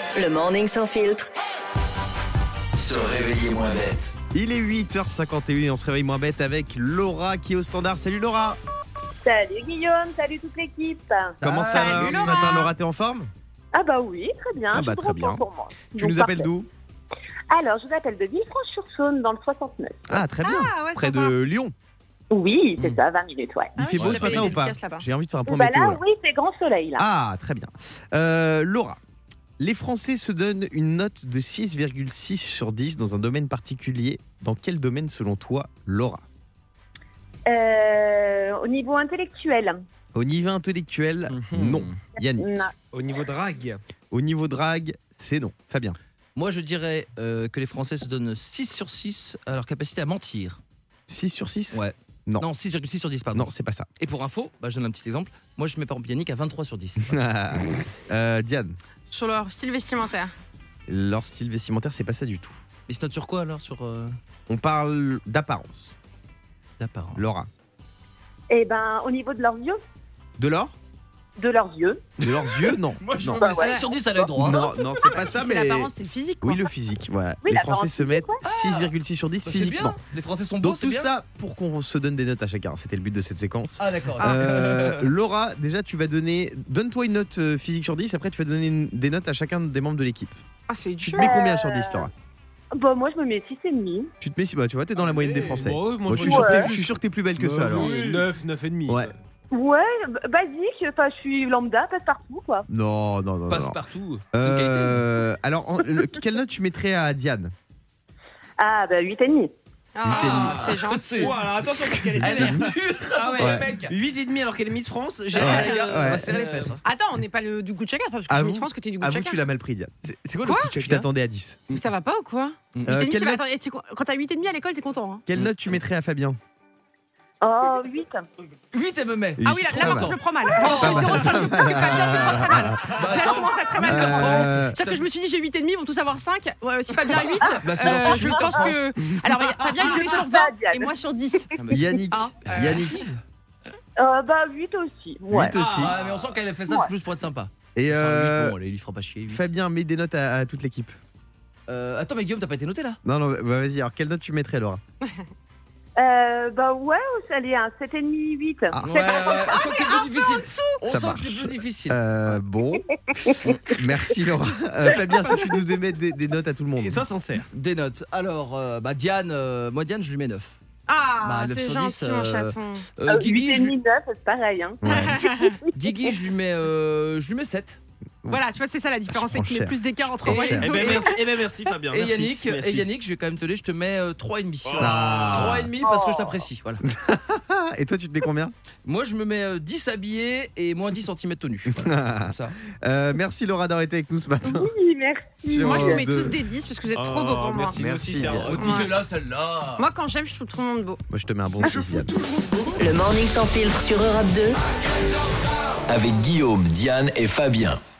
Le morning sans filtre. Se réveiller moins bête. Il est 8h51 et on se réveille moins bête avec Laura qui est au standard. Salut Laura. Salut Guillaume, salut toute l'équipe. Comment ça va Salut ce Laura. matin Laura, t'es en forme? Ah bah oui, très bien. Ah bah je suis très de bien. retour pour moi. Tu Donc, nous appelles parfait. d'où? Alors, je vous appelle de Villefranche-sur-Saône dans le 69. Ah très bien, Ah ouais, près sympa. de Lyon. Oui, c'est ça, 20 minutes, ouais. Il Ah fait oui, beau j'ai ce appelé matin ou les pas? dédicaces là-bas. J'ai envie de faire un point Bah météo là, là. oui, c'est grand soleil là. Ah très bien. Laura, les Français se donnent une note de 6,6 sur 10 dans un domaine particulier. Dans quel domaine selon toi, Laura? Au niveau intellectuel. Au niveau intellectuel, non. Yannick. Non. Au niveau drague, Au niveau drague, c'est non. Fabien. Moi, je dirais que les Français se donnent 6 sur 6 à leur capacité à mentir. 6 sur 6? Ouais. Non. Non, 6,6 sur 10, pardon. Non, c'est pas ça. Et pour info, je donne un petit exemple. Moi, je mets par exemple Yannick à 23 sur 10. Diane, Sur leur style vestimentaire. leur style vestimentaire, c'est pas ça du tout. Il se note sur quoi alors? Sur On parle d'apparence. l'apparence. Laura. Eh ben, au niveau de leurs yeux. De l'or? De leurs yeux. De leurs yeux? Non. Moi, je non. mets Bah 6 ouais. sur 10 à l'œil droit. Non, non, c'est pas ça, Si c'est mais. l'apparence, c'est le physique, quoi. Oui, le physique, voilà. Oui, les l'apparence Français se mettent physique, 6,6 sur 10 Bah, c'est physiquement. bien. Les Français sont beaux, Donc c'est tout bien. ça pour qu'on se donne des notes à chacun. C'était le but de cette séquence. Ah d'accord. Laura, déjà tu vas donner. Donne-toi une note physique sur 10, après tu vas donner des notes à chacun des membres de l'équipe. Ah, c'est Tu dur. te mets combien sur 10, Laura? Bon, moi, je me mets 6,5. Tu te mets si bah tu vois, t'es dans la moyenne des Français. Bon, Moi, je suis Ouais. sûr que je suis sûr que t'es plus belle que ça alors. 9, 9,5. Ouais. Ouais, basique, enfin, je suis lambda, passe partout, quoi. Non, non, non. Passe non. partout. Alors, quelle note tu mettrais à Diane? Ah, bah 8,5. Ah, c'est gentil. Oh, alors attention parce qu'elle est Elle est sévère. dure. Ah ouais. Attention les mecs. 8,5 alors qu'elle est Miss France. J'ai Ouais. Les gars, on Ouais. va serrer les fesses. Attends, on n'est pas du goût de chacun, parce que Avoue- je pense que t'es du goût de Avoue que chacun. tu l'as mal pris, Diane. C'est quoi Quoi le coup de Tu chacun t'attendais à 10. Mais ça va pas ou quoi? quelle Attends, note- tu sais quoi, quand t'as 8,5 à l'école, t'es content. Hein. Quelle note tu mettrais à Fabien? Oh, 8. 8 elle me met. Ah oui, là, Pas par mal. contre, je le prends mal. Oh, 0,5 de plus que Fabien, je le prends très mal. Là, je commence à très mal. C'est-à-dire que je me suis dit, j'ai 8,5, ils vont tous avoir 5. Ouais, si Fabien a 8, Bah, c'est gentil, je je pense pense. que. Alors, Fabien, il est sur 20 et moi sur 10. Yannick. Ah, Yannick. Bah 8 aussi. Ouais. 8 aussi. Ah, mais on sent qu'elle a fait ça Ouais. plus pour être sympa. Et Bon, allez, il fera pas chier. 8. Fabien, mets des notes à toute l'équipe. Attends, mais Guillaume, t'as pas été noté là? Non, non, bah vas-y, alors quelle note tu mettrais, Laura? Bah ouais, allez, un 7,5, 8. Ah. Ouais, on sent que c'est plus difficile. On Ça sent marche. que c'est plus difficile. Bon. Merci, Laura. Fabien, si tu nous devais mettre des notes à tout le monde. Et sois sincère. Des notes. Alors, Diane, moi Diane, je lui mets 9. Ah, Bah, 9 c'est sur 10, gentil, mon chaton. Guigui, 8,5, 9, c'est pareil. Hein. Ouais. Guigui, je lui mets 7. Voilà, tu vois, c'est ça la différence, c'est prends qu'il y a cher. plus d'écart entre Et moi et les cher. autres. Merci Fabien. Et Merci, Yannick, merci. je vais quand même te dire, je te mets 3,5. Ah. 3,5 parce que je t'apprécie. Voilà. Ah, et toi, tu te mets combien? Moi, je me mets 10 habillés et moins 10 cm tenue. Voilà, comme ça. Merci, Laura, d'avoir été avec nous ce matin. Oui, merci. Sur Moi, je vous mets deux. tous des 10 parce que vous êtes trop beaux pour moi. Merci, Merci, aussi, c'est un Diane. Oh, dites-la celle-là. Moi, quand j'aime, je trouve tout le monde beau. Moi, je te mets un bon 6, Diane. Le morning sans filtre sur Europe 2. Avec Guillaume, Diane et Fabien.